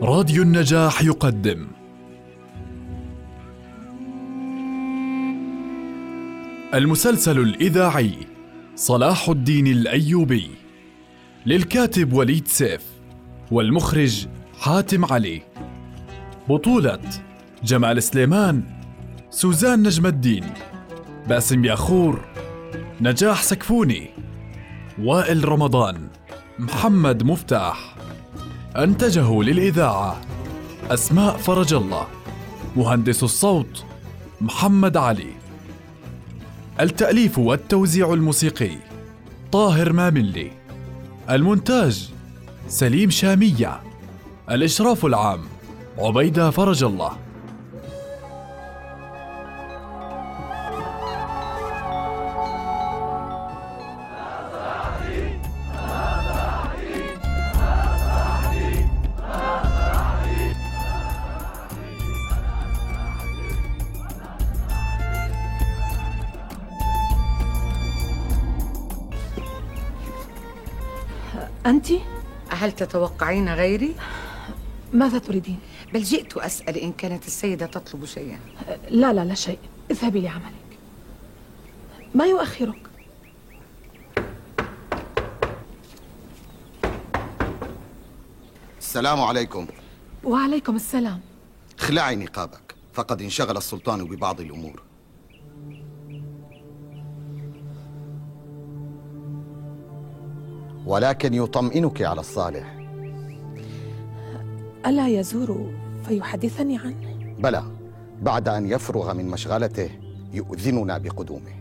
راديو النجاح يقدم المسلسل الإذاعي صلاح الدين الأيوبي للكاتب وليد سيف والمخرج حاتم علي. بطولة جمال سليمان، سوزان نجم الدين، باسم ياخور، نجاح سكفوني، وائل رمضان، محمد مفتاح. أنتجه للإذاعة أسماء فرج الله. مهندس الصوت محمد علي. التأليف والتوزيع الموسيقي طاهر ماملي. المونتاج سليم شامية. الإشراف العام عبيدة فرج الله. أنت؟ هل تتوقعين غيري؟ ماذا تريدين؟ بل جئت أسأل إن كانت السيدة تطلب شيئا. لا شيء، اذهبي لعملك. ما يؤخرك؟ السلام عليكم. وعليكم السلام. اخلعي نقابك، فقد انشغل السلطان ببعض الأمور. ولكن يطمئنك على الصالح. ألا يزور فيحدثني عنه؟ بلى، بعد أن يفرغ من مشغلته يؤذننا بقدومه.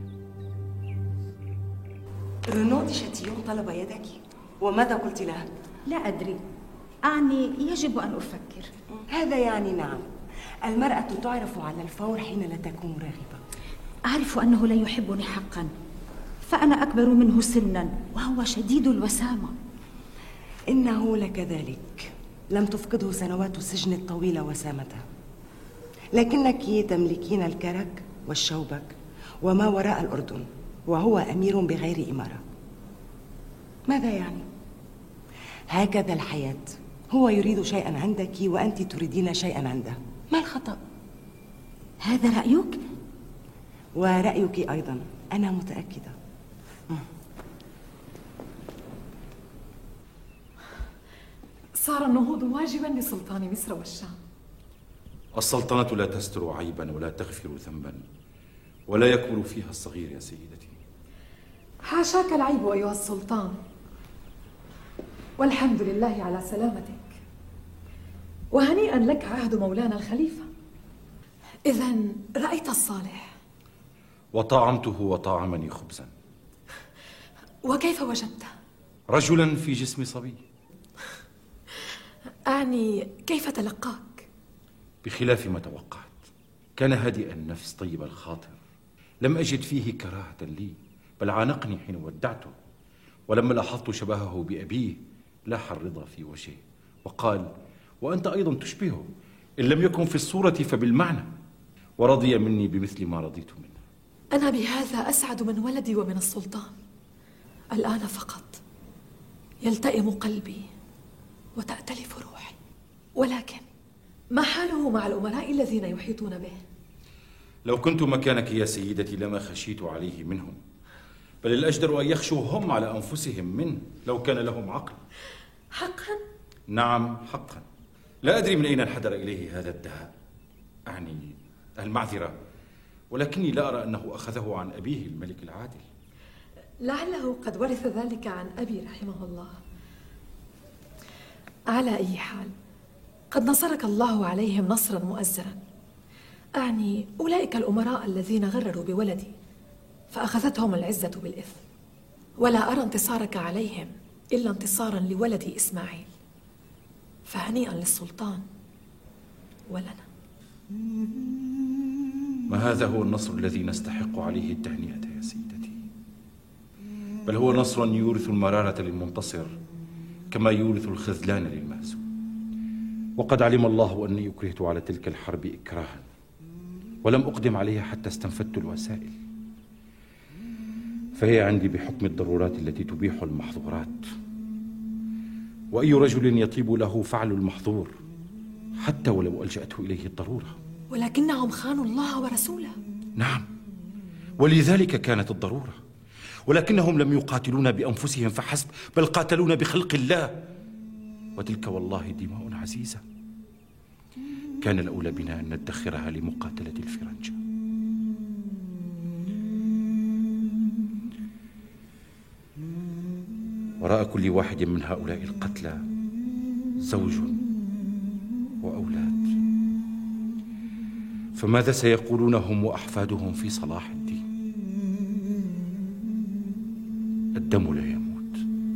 رونو دي شاتيون طلب يدك، وماذا قلت له؟ لا أدري، أعني يجب أن أفكر. هذا يعني نعم، المرأة تعرف على الفور حين لا تكون راغبة. أعرف أنه لا يحبني حقا، فأنا أكبر منه سنا وهو شديد الوسامة. إنه لكذلك، لم تفقده سنوات السجن الطويلة وسامته، لكنك تملكين الكرك والشوبك وما وراء الأردن، وهو أمير بغير إمارة. ماذا يعني؟ هكذا الحياة، هو يريد شيئا عندك وأنت تريدين شيئا عنده. ما الخطأ؟ هذا رأيك؟ ورأيك أيضا، أنا متأكدة. صار النهوض واجبا لسلطان مصر والشام. السلطنة لا تستر عيبا ولا تغفر ذنبا ولا يكبر فيها الصغير يا سيدتي. حاشاك العيب أيها السلطان، والحمد لله على سلامتك، وهنيئا لك عهد مولانا الخليفة. إذن رأيت الصالح؟ وطعمته وطعمني خبزا. وكيف وجدته؟ رجلا في جسم صبي. أعني كيف تلقاك؟ بخلاف ما توقعت، كان هادئ النفس طيب الخاطر، لم أجد فيه كراهة لي، بل عانقني حين ودعته. ولما لاحظت شبهه بأبيه لاح الرضا في وجهه، وقال: وأنت أيضا تشبهه، إن لم يكن في الصورة فبالمعنى. ورضي مني بمثل ما رضيت منه. أنا بهذا أسعد من ولدي ومن السلطان. الآن فقط يلتئم قلبي وتأتلف روحي، ولكن ما حاله مع الأمراء الذين يحيطون به؟ لو كنت مكانك يا سيدتي لما خشيت عليه منهم، بل الأجدر أن يخشوا هم على أنفسهم منه لو كان لهم عقل. حقا؟ نعم حقا. لا أدري من أين انحدر إليه هذا الدهاء، أعني المعذرة، ولكني لا أرى أنه أخذه عن أبيه الملك العادل. لعله قد ورث ذلك عن أبي رحمه الله. على أي حال، قد نصرك الله عليهم نصرا مؤزرا. أعني أولئك الأمراء الذين غرروا بولدي فأخذتهم العزة بالإثم، ولا أرى انتصارك عليهم إلا انتصارا لولدي إسماعيل. فهنيئا للسلطان ولنا. ما هذا هو النصر الذي نستحق عليه التهنئة يا سيدتي، بل هو نصر يورث المرارة للمنتصر كما يورث الخذلان للمهزوم. وقد علم الله أني أكرهت على تلك الحرب إكراها، ولم أقدم عليها حتى استنفدت الوسائل، فهي عندي بحكم الضرورات التي تبيح المحظورات. وأي رجل يطيب له فعل المحظور حتى ولو ألجأته إليه الضرورة. ولكنهم خانوا الله ورسوله. نعم، ولذلك كانت الضرورة، ولكنهم لم يقاتلون بأنفسهم فحسب، بل قاتلون بخلق الله، وتلك والله دماء عزيزة كان الأولى بنا أن ندخرها لمقاتلة الفرنجة. وراء كل واحد من هؤلاء القتلى زوج وأولاد، فماذا سيقولون هم وأحفادهم في صلاح الدين؟ الدم لا يموت،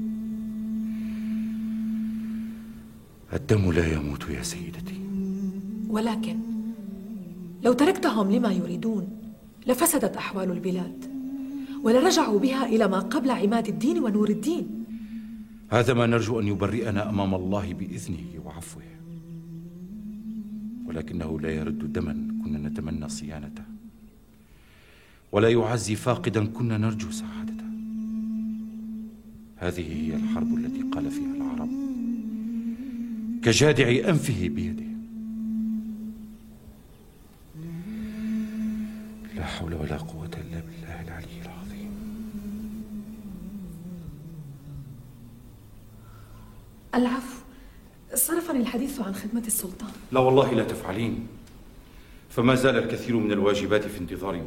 الدم لا يموت يا سيدتي. ولكن لو تركتهم لما يريدون لفسدت أحوال البلاد، ولرجعوا بها إلى ما قبل عماد الدين ونور الدين. هذا ما نرجو أن يبرئنا أمام الله بإذنه وعفوه، ولكنه لا يرد دما كنا نتمنى صيانته، ولا يعزي فاقدا كنا نرجو سعادته. هذه هي الحرب التي قال فيها العرب: كجادع أنفه بيده. لا حول ولا قوة إلا بالله العلي العظيم. العفو، صرفني الحديث عن خدمة السلطان. لا والله لا تفعلين، فما زال الكثير من الواجبات في انتظارنا.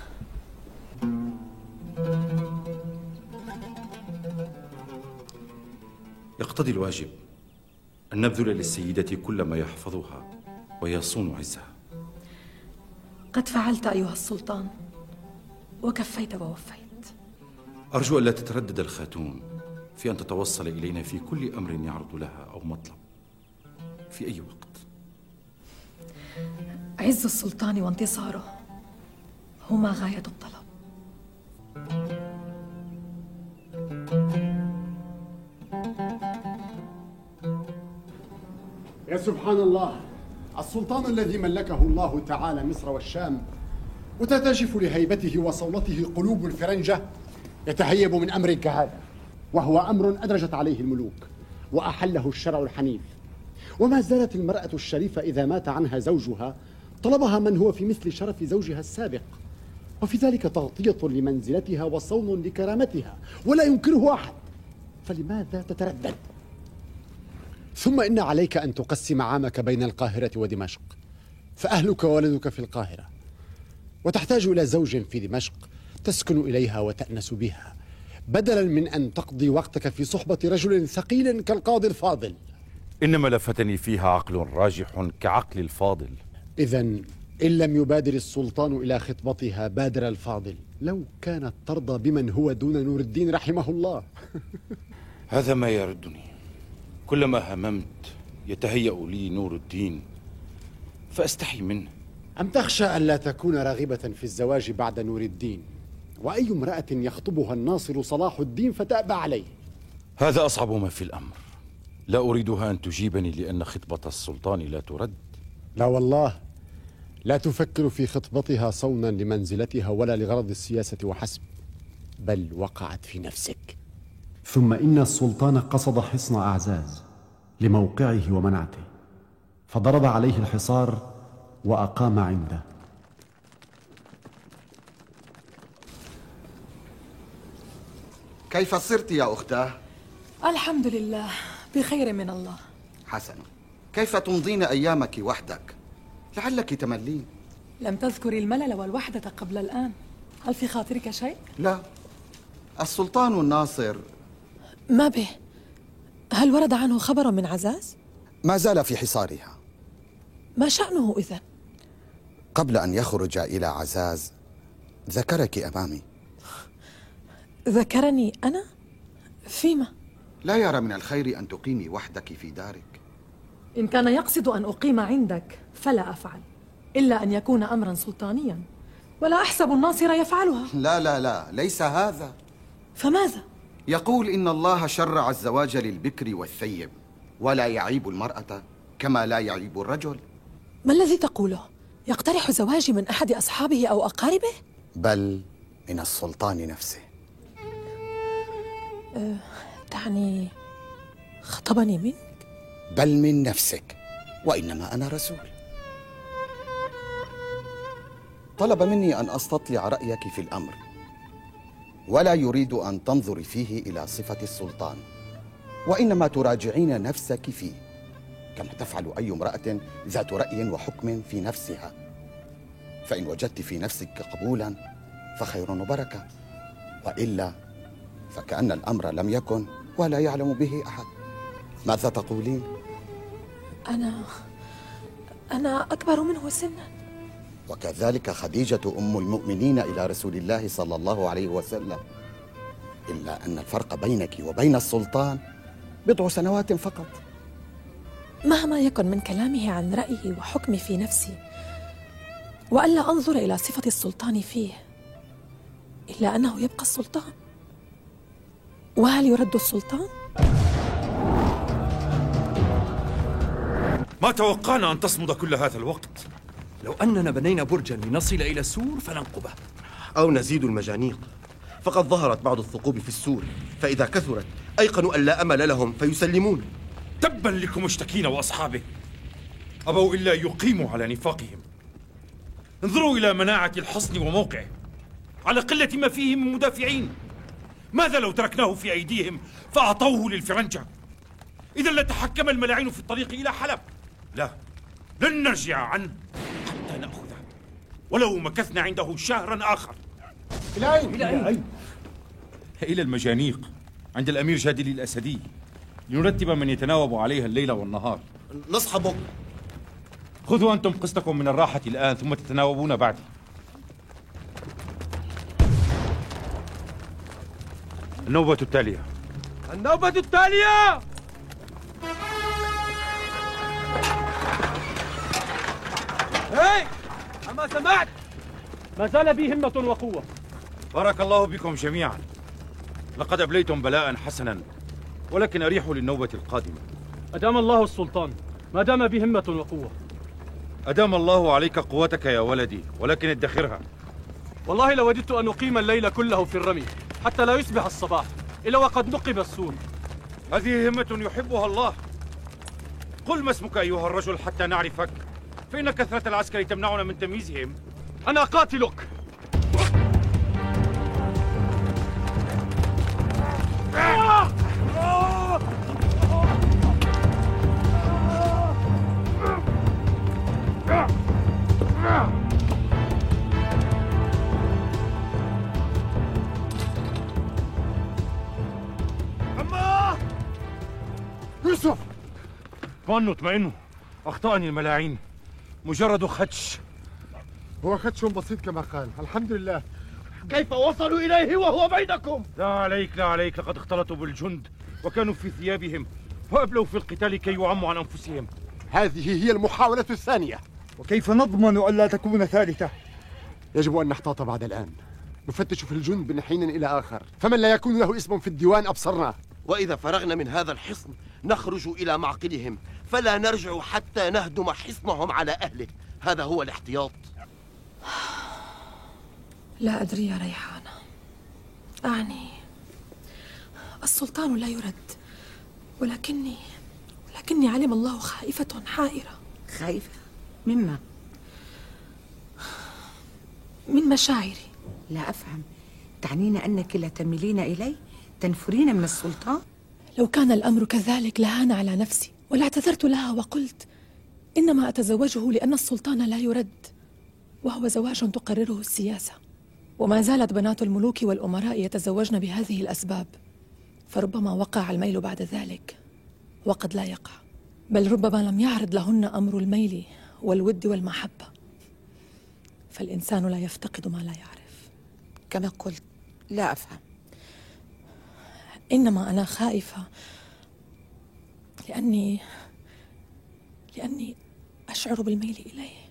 يقتضي الواجب أن نبذل للسيدة كل ما يحفظها ويصون عزها. قد فعلت أيها السلطان، وكفيت ووفيت. أرجو ألا تتردد الخاتون في أن تتوصل إلينا في كل أمر يعرض لها أو مطلب في أي وقت. عز السلطان وانتصاره هما غاية الطلب. يا سبحان الله، السلطان الذي ملكه الله تعالى مصر والشام وتتجف لهيبته وصولته قلوب الفرنجة يتهيب من أمر كهذا، وهو أمر أدرجت عليه الملوك وأحله الشرع الحنيف. وما زالت المرأة الشريفة إذا مات عنها زوجها طلبها من هو في مثل شرف زوجها السابق، وفي ذلك تغطية لمنزلتها وصون لكرامتها ولا ينكره أحد، فلماذا تتردد؟ ثم إن عليك أن تقسم عامك بين القاهرة ودمشق، فأهلك وولدك في القاهرة، وتحتاج إلى زوج في دمشق تسكن إليها وتأنس بها، بدلا من أن تقضي وقتك في صحبة رجل ثقيل كالقاضي الفاضل. إنما لفتني فيها عقل راجح كعقل الفاضل. إذن إن لم يبادر السلطان إلى خطبتها بادر الفاضل، لو كانت ترضى بمن هو دون نور الدين رحمه الله. هذا ما يردني، كلما هممت يتهيأ لي نور الدين فأستحي منه. أم تخشى ألا تكون راغبة في الزواج بعد نور الدين، وأي امرأة يخطبها الناصر صلاح الدين فتأبى عليه؟ هذا أصعب ما في الأمر. لا أريدها أن تجيبني لأن خطبة السلطان لا ترد. لا والله، لا تفكر في خطبتها صونا لمنزلتها ولا لغرض السياسة وحسب، بل وقعت في نفسك. ثم إن السلطان قصد حصن أعزاز لموقعه ومنعته، فضرب عليه الحصار وأقام عنده. كيف صرت يا أختاه؟ الحمد لله بخير من الله. حسنا، كيف تمضين أيامك وحدك؟ لعلك تملين. لم تذكري الملل والوحدة قبل الآن، هل في خاطرك شيء؟ لا، السلطان الناصر. ما به؟ هل ورد عنه خبر من عزاز؟ ما زال في حصارها. ما شأنه إذن؟ قبل أن يخرج إلى عزاز ذكرك أمامي. ذكرني أنا؟ فيما؟ لا يرى من الخير أن تقيمي وحدك في دارك. إن كان يقصد أن أقيم عندك فلا أفعل، إلا أن يكون أمرا سلطانيا، ولا أحسب الناصر يفعلها. لا لا لا، ليس هذا. فماذا؟ يقول إن الله شرع الزواج للبكر والثيب، ولا يعيب المرأة كما لا يعيب الرجل. ما الذي تقوله؟ يقترح زواجي من أحد أصحابه أو أقاربه؟ بل من السلطان نفسه. تعني خطبني منك؟ بل من نفسك. وإنما أنا رسول. طلب مني أن أستطلع رأيك في الأمر، ولا يريد أن تنظري فيه إلى صفة السلطان، وإنما تراجعين نفسك فيه كما تفعل أي امرأة ذات رأي وحكم في نفسها. فإن وجدت في نفسك قبولا فخير وبركة، وإلا فكأن الأمر لم يكن ولا يعلم به أحد. ماذا تقولين؟ أنا أكبر منه سنا. وكذلك خديجة أم المؤمنين إلى رسول الله صلى الله عليه وسلم، إلا أن الفرق بينك وبين السلطان بضع سنوات فقط. مهما يكن من كلامه عن رأيي وحكمي في نفسي، وألا أنظر إلى صفة السلطان فيه، إلا أنه يبقى السلطان. وهل يرد السلطان؟ ما توقعنا أن تصمد كل هذا الوقت. لو أننا بنينا برجا لنصل إلى السور فننقبه، أو نزيد المجانيق، فقد ظهرت بعض الثقوب في السور، فإذا كثرت أيقنوا أن لا أمل لهم فيسلمون. تبا لكم مشتكين وأصحابه، أبوا إلا يقيموا على نفاقهم. انظروا إلى مناعة الحصن وموقعه، على قلة ما فيه من مدافعين. ماذا لو تركناه في أيديهم فأعطوه للفرنجة؟ إذا لتحكم الملاعين في الطريق إلى حلب. لا، لن نرجع عنه حتى نأخذه، ولو مكثنا عنده شهرا آخر. إلى أين؟ إلى المجانيق عند الأمير جادل الأسدي، لنرتب من يتناوب عليها الليل والنهار. نصحبك. خذوا أنتم قسطكم من الراحة الآن، ثم تتناوبون بعدي. النوبة التالية. النوبة التالية! هاي! أما سمعت؟ ما زال بي همة وقوة. بارك الله بكم جميعا، لقد أبليتم بلاء حسنا، ولكن أريحوا للنوبة القادمة. أدام الله السلطان، ما دام بي همة وقوة. أدام الله عليك قوتك يا ولدي، ولكن ادخرها. والله لوددت أن أقيم الليل كله في الرمي حتى لا يصبح الصباح، إلا وقد نقب السور. هذه همة يحبها الله. قل ما اسمك أيها الرجل حتى نعرفك، فإن كثرة العسكر تمنعنا من تمييزهم. أنا قاتلك. يوسف! اطمئنوا، أخطأني الملاعين، مجرد خدش. هو خدش بسيط كما قال. الحمد لله. كيف وصلوا إليه وهو بينكم؟ لا عليك لا عليك، لقد اختلطوا بالجند وكانوا في ثيابهم وأبلوا في القتال كي يعموا عن أنفسهم. هذه هي المحاولة الثانية. وكيف نضمن ألا تكون ثالثة؟ يجب أن نحتاط بعد الآن. نفتش في الجند من حين إلى آخر، فمن لا يكون له اسم في الديوان أبصرناه. وإذا فرغنا من هذا الحصن نخرج إلى معقلهم، فلا نرجع حتى نهدم حصنهم على أهله. هذا هو الاحتياط. لا أدري يا ريحانة، أعني السلطان لا يرد، ولكني علم الله خائفة حائرة. خايفة؟ مما؟ من مشاعري. لا أفهم. تعنين أنك لا تميلين إليه؟ تنفرين من السلطان؟ لو كان الأمر كذلك لهان على نفسي ولا اعتذرت لها وقلت إنما أتزوجه لأن السلطان لا يرد، وهو زواج تقرره السياسة. وما زالت بنات الملوك والأمراء يتزوجن بهذه الأسباب، فربما وقع الميل بعد ذلك وقد لا يقع، بل ربما لم يعرض لهن أمر الميل والود والمحبة. فالإنسان لا يفتقد ما لا يعرف. كما قلت لا أفهم. إنما أنا خائفة لأني أشعر بالميل إليه.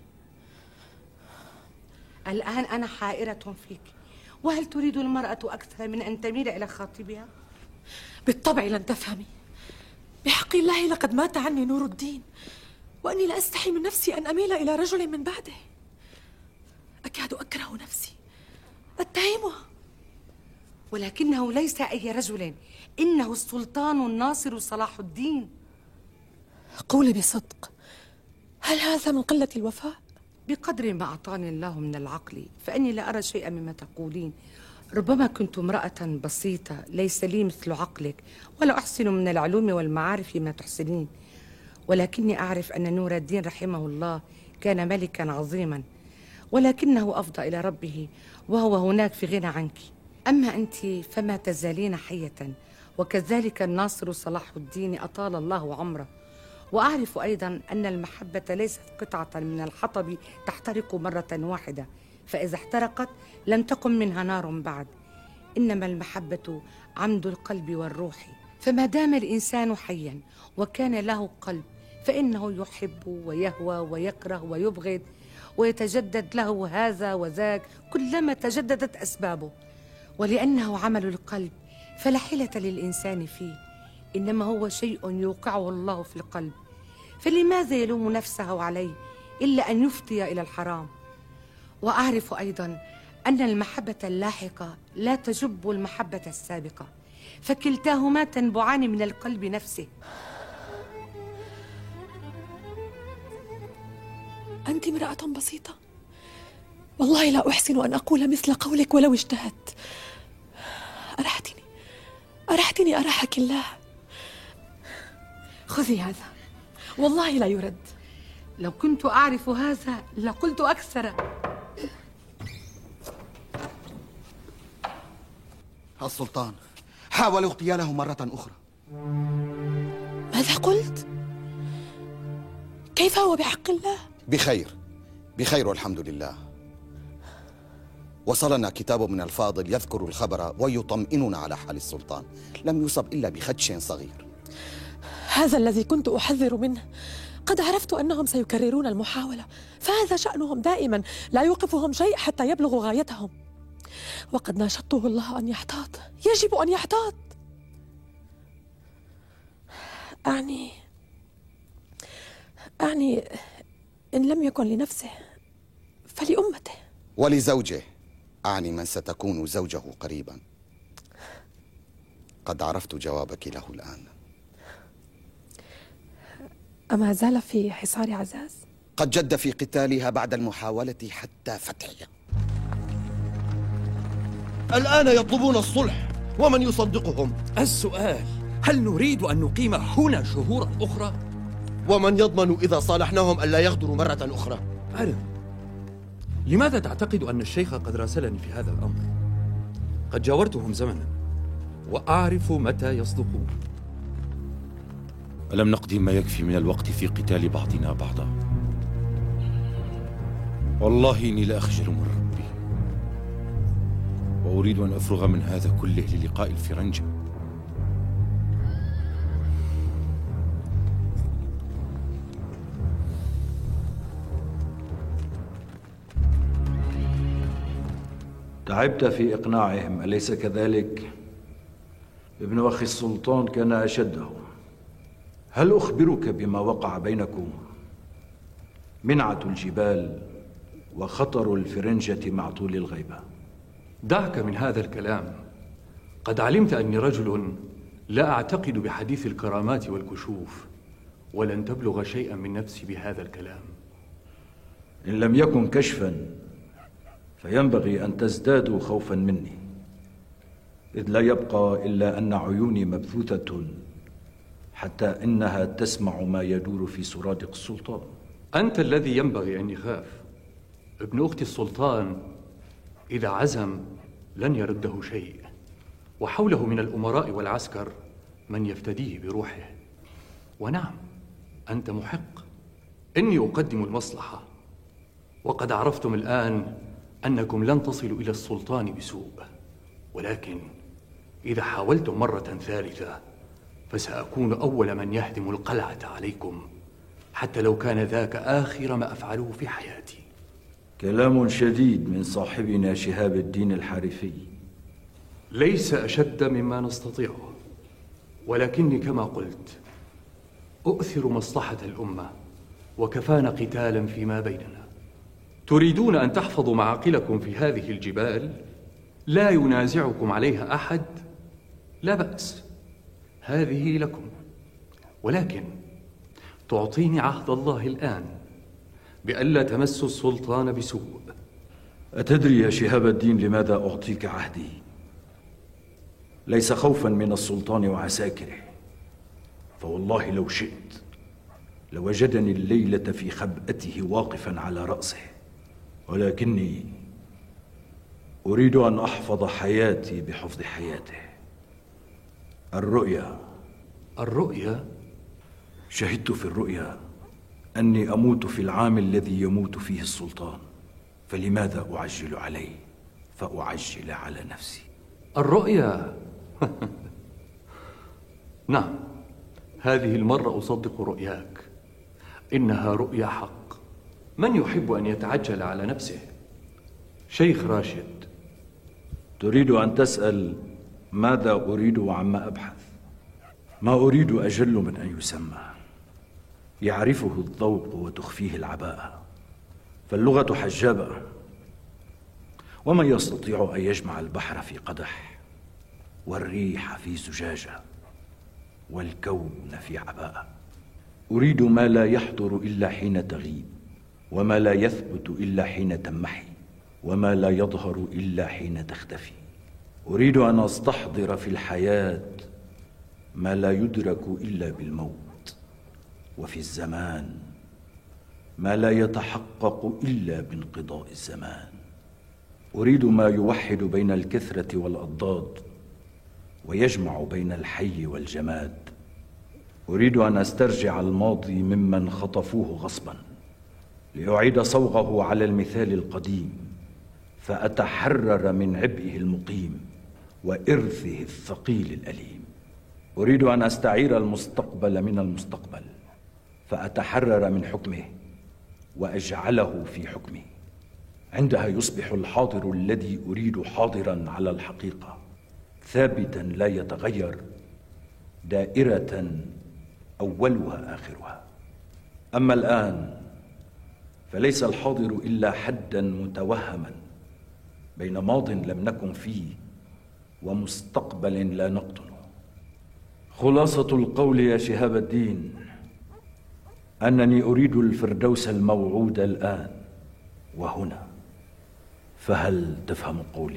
الآن أنا حائرة فيك. وهل تريد المرأة أكثر من أن تميل إلى خاطبها؟ بالطبع لن تفهمي. بحق الله لقد مات عني نور الدين، وأني لا أستحي من نفسي أن أميل إلى رجل من بعده. أكاد أكره نفسي، أتهمها. ولكنه ليس أي رجل، إنه السلطان الناصر صلاح الدين. قولي بصدق، هل هذا من قلة الوفاء؟ بقدر ما أعطاني الله من العقل فإني لا أرى شيئا مما تقولين. ربما كنت امرأة بسيطة ليس لي مثل عقلك، ولا أحسن من العلوم والمعارف ما تحسنين، ولكني أعرف أن نور الدين رحمه الله كان ملكا عظيما، ولكنه أفضى إلى ربه وهو هناك في غنى عنك. أما أنت فما تزالين حية، وكذلك الناصر صلاح الدين أطال الله عمره. وأعرف أيضا أن المحبة ليست قطعة من الحطب تحترق مرة واحدة، فإذا احترقت لم تقم منها نار بعد، إنما المحبة عمد القلب والروح. فما دام الإنسان حيا وكان له قلب فإنه يحب ويهوى ويكره ويبغض، ويتجدد له هذا وذاك كلما تجددت أسبابه. ولأنه عمل القلب فلا حيلة للإنسان فيه، إنما هو شيء يوقعه الله في القلب، فلماذا يلوم نفسه عليه إلا أن يفضي إلى الحرام؟ وأعرف أيضا أن المحبة اللاحقة لا تجب المحبة السابقة، فكلتاهما تنبعان من القلب نفسه. أنت امرأة بسيطة، والله لا أحسن أن أقول مثل قولك ولو اجتهدت. أرحتني أرحك الله. خذي هذا، والله لا يرد. لو كنت أعرف هذا لقلت أكثر. السلطان حاول اغتياله مرة أخرى. ماذا قلت؟ كيف هو بحق الله؟ بخير والحمد لله. وصلنا كتاب من الفاضل يذكر الخبر ويطمئننا على حال السلطان، لم يصب إلا بخدش صغير. هذا الذي كنت أحذر منه. قد عرفت أنهم سيكررون المحاولة، فهذا شأنهم دائما، لا يوقفهم شيء حتى يبلغوا غايتهم. وقد ناشدته الله أن يحتاط، يجب أن يحتاط. أعني إن لم يكن لنفسه فلأمته ولزوجه، أعني من ستكون زوجه قريبا. قد عرفت جوابك له الآن. أما زال في حصار عزاز؟ قد جد في قتالها بعد المحاولة حتى فتحها. الآن يطلبون الصلح، ومن يصدقهم؟ السؤال: هل نريد أن نقيم هنا شهورا أخرى؟ ومن يضمن إذا صالحناهم ألا يغدروا مرة أخرى؟ لماذا تعتقد أن الشيخ قد راسلني في هذا الأمر؟ قد جاورتهم زمنا وأعرف متى يصدقون. ألم نقضي ما يكفي من الوقت في قتال بعضنا بعضا؟ والله إني لأخجل من ربي، وأريد أن أفرغ من هذا كله للقاء الفرنجة. تعبت في إقناعهم، أليس كذلك؟ ابن أخي السلطان كان أشده. هل أخبرك بما وقع بينكم؟ منعة الجبال وخطر الفرنجة مع طول الغيبة. دعك من هذا الكلام. قد علمت أني رجل لا أعتقد بحديث الكرامات والكشوف، ولن تبلغ شيئا من نفسي بهذا الكلام. إن لم يكن كشفا فينبغي أن تزدادوا خوفا مني، إذ لا يبقى إلا أن عيوني مبثوثة حتى إنها تسمع ما يدور في سرادق السلطان. أنت الذي ينبغي أن يخاف. ابن أختي السلطان إذا عزم لن يرده شيء، وحوله من الأمراء والعسكر من يفتديه بروحه. ونعم، أنت محق. إني أقدم المصلحة، وقد عرفتم الآن أنكم لن تصلوا إلى السلطان بسوء، ولكن إذا حاولتم مرة ثالثة فسأكون أول من يهدم القلعة عليكم، حتى لو كان ذاك آخر ما أفعله في حياتي. كلام شديد من صاحبنا شهاب الدين الحارثي. ليس أشد مما نستطيعه، ولكني كما قلت أؤثر مصلحة الأمة، وكفانا قتالا فيما بيننا. تريدون أن تحفظوا معاقلكم في هذه الجبال لا ينازعكم عليها أحد؟ لا بأس، هذه لكم، ولكن تعطيني عهد الله الآن بألا تمس السلطان بسوء. أتدري يا شهاب الدين لماذا أعطيك عهدي؟ ليس خوفا من السلطان وعساكره، فوالله لو شئت لوجدني الليلة في خبأته واقفا على رأسه، ولكني أريد أن أحفظ حياتي بحفظ حياته. الرؤيا؟ شهدت في الرؤيا أني أموت في العام الذي يموت فيه السلطان، فلماذا أعجل عليه فأعجل على نفسي؟ الرؤيا؟ نعم، هذه المرة أصدق رؤياك، إنها رؤيا حق. من يحب أن يتعجل على نفسه؟ شيخ راشد، تريد أن تسأل ماذا أريد وعما أبحث؟ ما أريد أجل من أن يسمى، يعرفه الذوق وتخفيه العباءة، فاللغة حجابة، ومن يستطيع أن يجمع البحر في قدح والريح في زجاجة والكون في عباءة. أريد ما لا يحضر إلا حين تغيب، وما لا يثبت إلا حين تمحي، وما لا يظهر إلا حين تختفي. أريد أن أستحضر في الحياة ما لا يدرك إلا بالموت، وفي الزمان ما لا يتحقق إلا بانقضاء الزمان. أريد ما يوحد بين الكثرة والأضداد ويجمع بين الحي والجماد. أريد أن أسترجع الماضي ممن خطفوه غصبا ليعيد صوغه على المثال القديم، فأتحرر من عبئه المقيم وإرثه الثقيل الأليم. أريد أن أستعير المستقبل من المستقبل، فأتحرر من حكمه وأجعله في حكمي. عندها يصبح الحاضر الذي أريد حاضرا على الحقيقة، ثابتا لا يتغير، دائرة أولها آخرها. أما الآن فليس الحاضر إلا حدا متوهما بين ماض لم نكن فيه ومستقبل لا نقطنه. خلاصة القول يا شهاب الدين أنني أريد الفردوس الموعود الآن وهنا، فهل تفهم قولي؟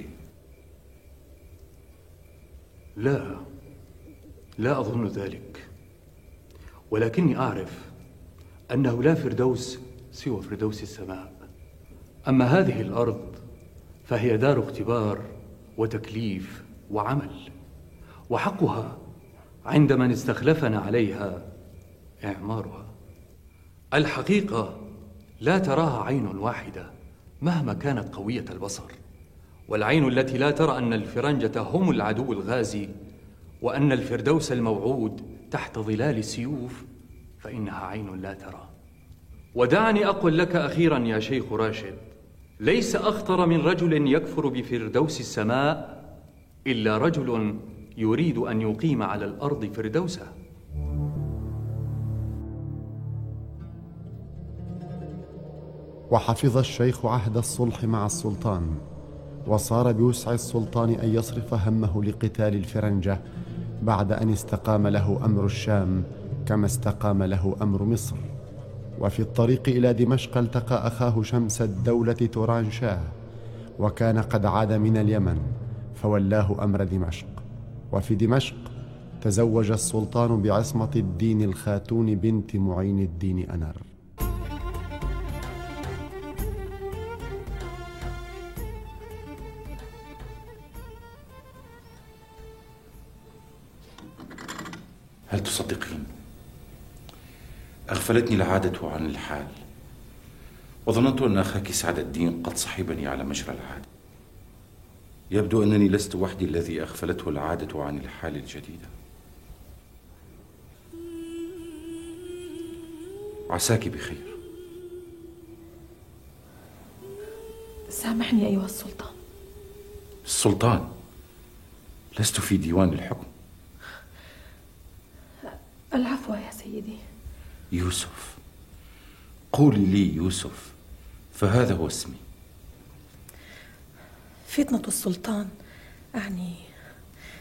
لا أظن ذلك، ولكني أعرف أنه لا فردوس سوى فردوس السماء. أما هذه الأرض فهي دار اختبار وتكليف وعمل، وحقها عند من استخلفنا عليها إعمارها. الحقيقة لا تراها عين واحدة مهما كانت قوية البصر، والعين التي لا ترى أن الفرنجة هم العدو الغازي وأن الفردوس الموعود تحت ظلال السيوف فإنها عين لا ترى. ودعني أقول لك أخيرا يا شيخ راشد، ليس أخطر من رجل يكفر بفردوس السماء إلا رجل يريد أن يقيم على الأرض فردوسه. وحفظ الشيخ عهد الصلح مع السلطان، وصار بوسع السلطان أن يصرف همه لقتال الفرنجة بعد أن استقام له أمر الشام كما استقام له أمر مصر. وفي الطريق إلى دمشق التقى أخاه شمس الدولة توران شاه، وكان قد عاد من اليمن فولاه أمر دمشق. وفي دمشق تزوج السلطان بعصمة الدين الخاتون بنت معين الدين أنر. هل تصدقين؟ أغفلتني العادة عن الحال، وظننت أن أخاك سعد الدين قد صحبني على مجرى العادة. يبدو أنني لست وحدي الذي أغفلته العادة عن الحال الجديدة. عساك بخير. سامحني أيها السلطان. السلطان؟ لست في ديوان الحكم. العفو يا سيدي. يوسف، قولي لي يوسف، فهذا هو اسمي. فتنة السلطان أعني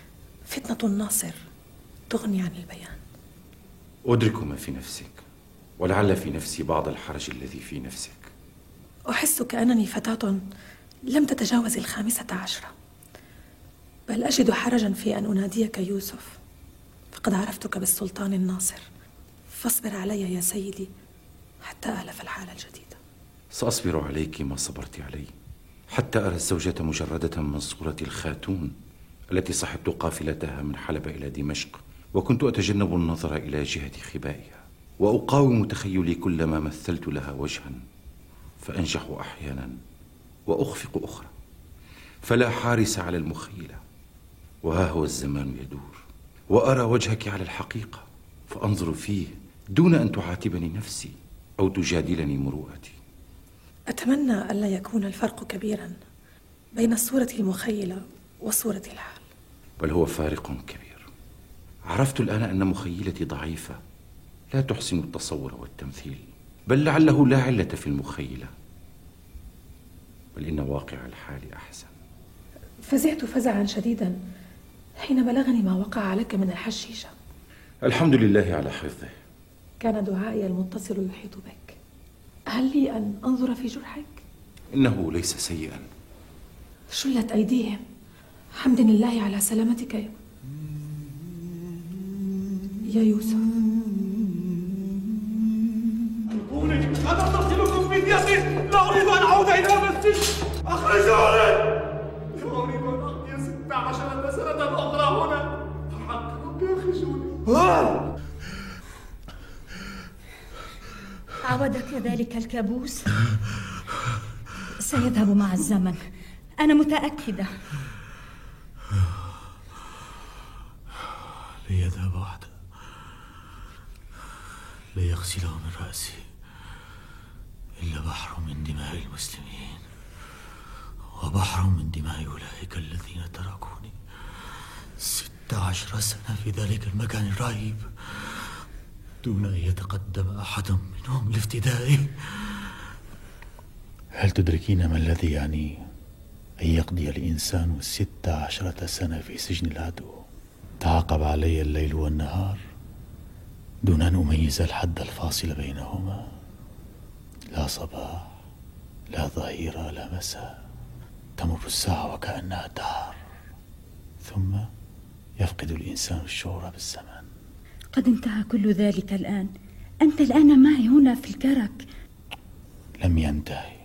فتنة الناصر تغني عن البيان. أدرك ما في نفسك، ولعل في نفسي بعض الحرج الذي في نفسك. أحس كأنني فتاة لم تتجاوز 15، بل أجد حرجا في أن أناديك يوسف، فقد عرفتك بالسلطان الناصر. فاصبر علي يا سيدي حتى ألف الحالة الجديدة. سأصبر عليك ما صبرت علي، حتى أرى الزوجة مجردة من صورة الخاتون التي صحبت قافلتها من حلب إلى دمشق، وكنت أتجنب النظر إلى جهة خبائها، وأقاوم تخيلي كلما مثلت لها وجها، فأنجح أحيانا وأخفق أخرى، فلا حارس على المخيلة. وها هو الزمان يدور، وأرى وجهك على الحقيقة، فأنظر فيه دون أن تعاتبني نفسي أو تجادلني مروءتي. أتمنى ألا يكون الفرق كبيرا بين الصورة المخيلة وصورة الحال. بل هو فارق كبير. عرفت الآن أن مخيلتي ضعيفة، لا تحسن التصور والتمثيل، بل لعله لا علة في المخيلة، بل إن واقع الحال أحسن. فزعت فزعا شديدا حين بلغني ما وقع عليك من الحشيشة. الحمد لله على حفظه. كان دعائي المتصل يحيط بك. هل لي أن أنظر في جرحك؟ إنه ليس سيئا. شلت أيديهم. حمد لله على سلامتك يا يوسف. أنا أتصلكم بديتي، لا أريد أن أعود إلى مسجد. أخرجوني. لا أريد أن أقضي 16 سنة أخرى هنا. فحق ربي أخرجوني. عودك ذلك الكابوس؟ سيذهب مع الزمن، أنا متأكدة. ليذهب وحده، ليغسله من رأسي إلا بحر من دماء المسلمين، وبحر من دماء أولئك الذين تركوني 16 سنة في ذلك المكان الرهيب دون أن يتقدم أحد منهم لافتدائي. هل تدركين ما الذي يعني أن يقضي الإنسان 16 سنة في سجن العدو، تعاقب علي الليل والنهار دون أن أميز الحد الفاصل بينهما، لا صباح لا ظهيرة لا مساء، تمر الساعة وكأنها دهر، ثم يفقد الإنسان الشعور بالزمن. قد انتهى كل ذلك الآن، أنت الآن معي هنا في الكرك. لم ينتهي.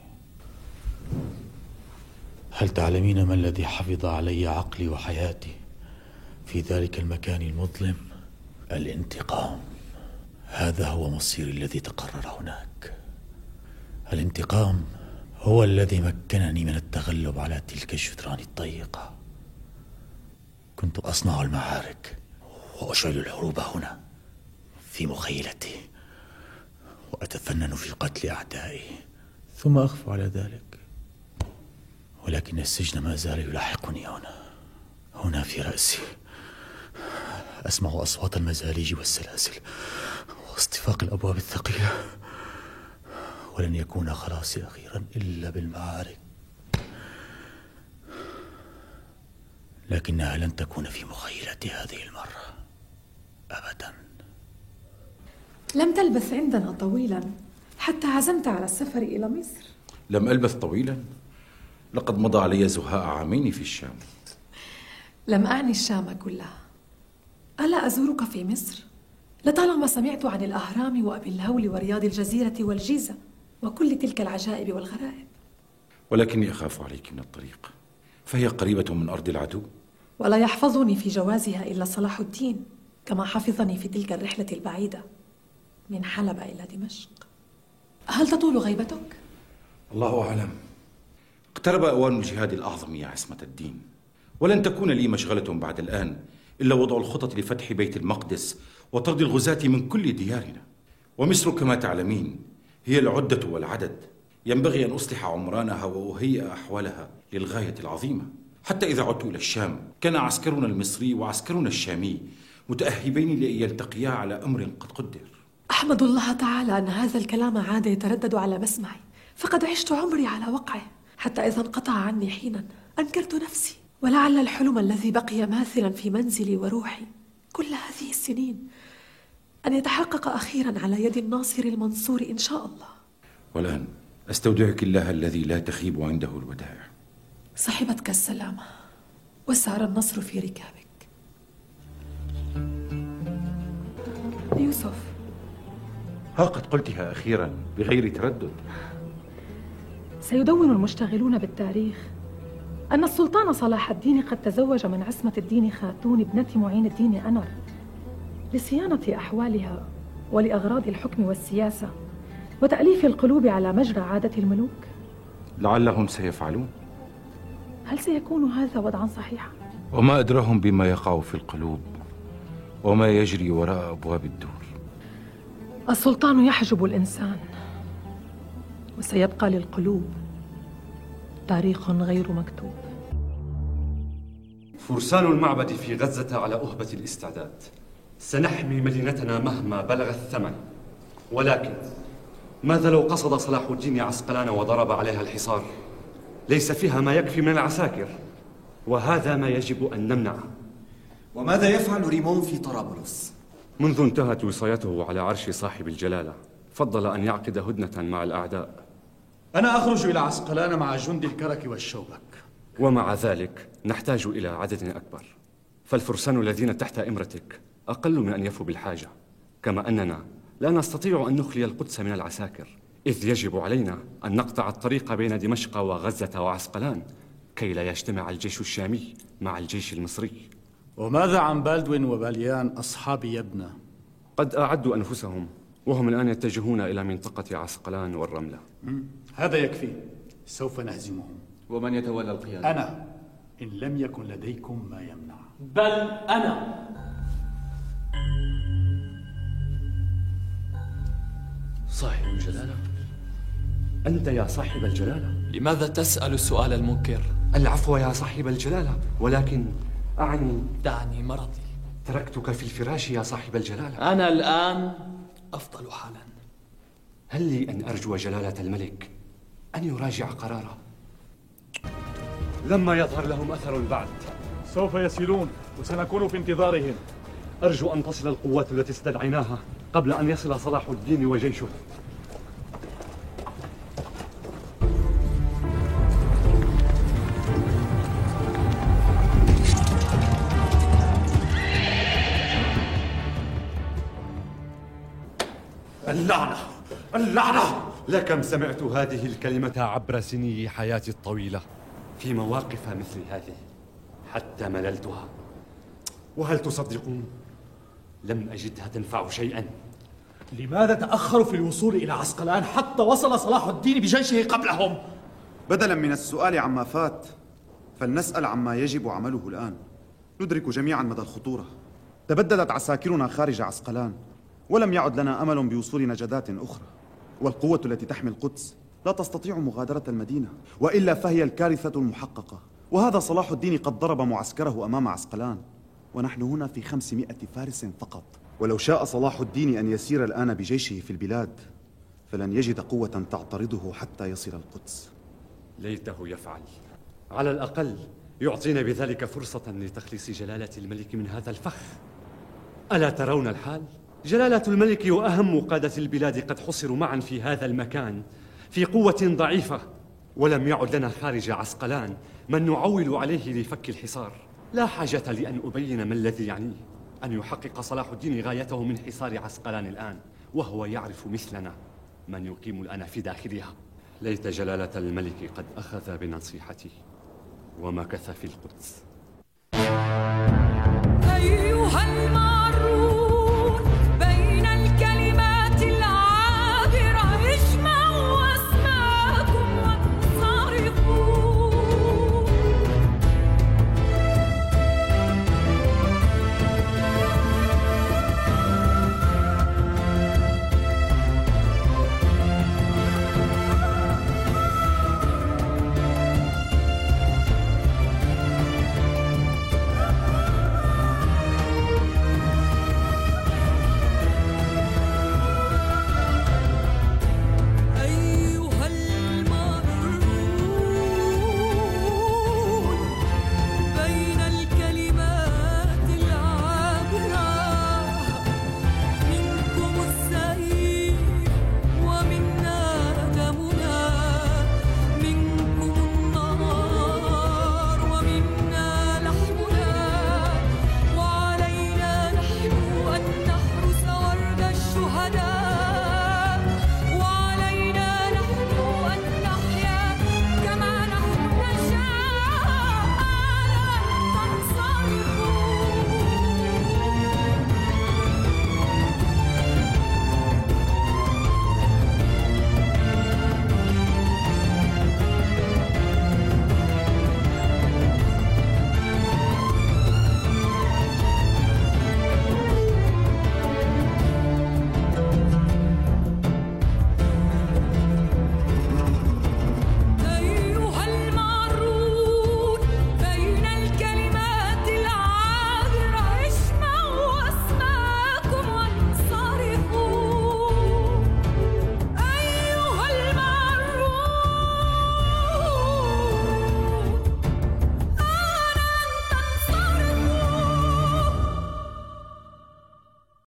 هل تعلمين ما الذي حفظ علي عقلي وحياتي في ذلك المكان المظلم؟ الانتقام. هذا هو مصيري الذي تقرر هناك. الانتقام هو الذي مكنني من التغلب على تلك الجدران الضيقة. كنت أصنع المعارك وأشعل الحروب هنا في مخيلتي، وأتفنن في قتل أعدائي ثم أخفى على ذلك، ولكن السجن ما زال يلاحقني هنا في رأسي. أسمع أصوات المزاليج والسلاسل واصطفاق الأبواب الثقيلة، ولن يكون خلاصي أخيرا إلا بالمعارك، لكنها لن تكون في مخيلتي هذه المرة أبدا. لم تلبث عندنا طويلا حتى عزمت على السفر إلى مصر. لم ألبث طويلا، لقد مضى علي زهاء عامين في الشام. لم أعني الشام كلها. ألا أزورك في مصر؟ لطالما سمعت عن الأهرام وأبي الهول ورياض الجزيرة والجيزة وكل تلك العجائب والغرائب. ولكني أخاف عليك من الطريق، فهي قريبة من أرض العدو، ولا يحفظني في جوازها إلا صلاح الدين، كما حفظني في تلك الرحلة البعيدة من حلب إلى دمشق. هل تطول غيبتك؟ الله أعلم. اقترب أوان الجهاد الأعظم يا عصمة الدين، ولن تكون لي مشغلة بعد الآن إلا وضع الخطط لفتح بيت المقدس وطرد الغزاة من كل ديارنا. ومصر كما تعلمين هي العدة والعدد، ينبغي أن أصلح عمرانها وأهيئ أحوالها للغاية العظيمة، حتى إذا عدت إلى الشام كان عسكرنا المصري وعسكرنا الشامي متأهبين لأن يلتقيا على أمر قد قدر. أحمد الله تعالى أن هذا الكلام عاد يتردد على مسمعي، فقد عشت عمري على وقعه، حتى إذا انقطع عني حينا أنكرت نفسي، ولعل الحلم الذي بقي ماثلا في منزلي وروحي كل هذه السنين أن يتحقق أخيرا على يد الناصر المنصور إن شاء الله. والآن أستودعك الله الذي لا تخيب عنده الودائع. صحبتك السلامة وسار النصر في ركابك. يوسف، ها قد قلتها أخيرا بغير تردد. سيدون المشتغلون بالتاريخ أن السلطان صلاح الدين قد تزوج من عصمة الدين خاتون ابنة معين الدين أنر لصيانة أحوالها ولأغراض الحكم والسياسة وتأليف القلوب على مجرى عادة الملوك. لعلهم سيفعلون. هل سيكون هذا وضعا صحيحا؟ وما أدراهم بما يقع في القلوب وما يجري وراء أبواب الدور. السلطان يحجب الإنسان، وسيبقى للقلوب تاريخ غير مكتوب. فرسان المعبد في غزة على أهبة الاستعداد. سنحمي مدينتنا مهما بلغ الثمن، ولكن ماذا لو قصد صلاح الدين عسقلان وضرب عليها الحصار؟ ليس فيها ما يكفي من العساكر، وهذا ما يجب أن نمنعه. وماذا يفعل ريمون في طرابلس؟ منذ انتهت وصايته على عرش صاحب الجلالة فضل أن يعقد هدنة مع الأعداء. أنا أخرج إلى عسقلان مع جند الكرك والشوبك، ومع ذلك نحتاج إلى عدد أكبر، فالفرسان الذين تحت إمرتك أقل من أن يفوا بالحاجة، كما أننا لا نستطيع أن نخلي القدس من العساكر، إذ يجب علينا أن نقطع الطريق بين دمشق وغزة وعسقلان كي لا يجتمع الجيش الشامي مع الجيش المصري. وماذا عن بالدوين وباليان أصحاب يبنى؟ قد أعدوا أنفسهم وهم الآن يتجهون إلى منطقة عسقلان والرملة. هذا يكفي، سوف نهزمهم. ومن يتولى القيادة؟ أنا، إن لم يكن لديكم ما يمنع. بل أنا. صاحب الجلالة؟ أنت يا صاحب الجلالة؟ لماذا تسأل السؤال المنكر؟ العفو يا صاحب الجلالة، ولكن دعني مرضي. تركتك في الفراش يا صاحب الجلالة. أنا الآن أفضل حالا. هل لي أن أرجو جلالة الملك أن يراجع قراره؟ لما يظهر لهم أثر بعد. سوف يصلون وسنكون في انتظارهم. أرجو أن تصل القوات التي استدعيناها قبل أن يصل صلاح الدين وجيشه. اللعنة! اللعنة! لكم سمعت هذه الكلمة عبر سني حياتي الطويلة في مواقف مثل هذه حتى مللتها. وهل تصدقون؟ لم أجدها تنفع شيئا. لماذا تأخروا في الوصول إلى عسقلان حتى وصل صلاح الدين بجيشه قبلهم؟ بدلا من السؤال عما فات فلنسأل عما يجب عمله الآن. ندرك جميعا مدى الخطورة. تبددت عساكرنا خارج عسقلان، ولم يعد لنا أمل بوصول نجدات أخرى، والقوة التي تحمي القدس لا تستطيع مغادرة المدينة، وإلا فهي الكارثة المحققة. وهذا صلاح الدين قد ضرب معسكره أمام عسقلان، ونحن هنا في 500 فارس فقط. ولو شاء صلاح الدين أن يسير الآن بجيشه في البلاد فلن يجد قوة تعترضه حتى يصل القدس. ليته يفعل، على الأقل يعطينا بذلك فرصة لتخليص جلالة الملك من هذا الفخ. ألا ترون الحال؟ جلالة الملك وأهم قادة البلاد قد حصروا معا في هذا المكان في قوة ضعيفة، ولم يعد لنا خارج عسقلان من نعول عليه لفك الحصار. لا حاجة لأن أبين ما الذي يعنيه أن يحقق صلاح الدين غايته من حصار عسقلان الآن، وهو يعرف مثلنا من يقيم الآن في داخلها. ليت جلالة الملك قد أخذ بنصيحتي ومكث في القدس.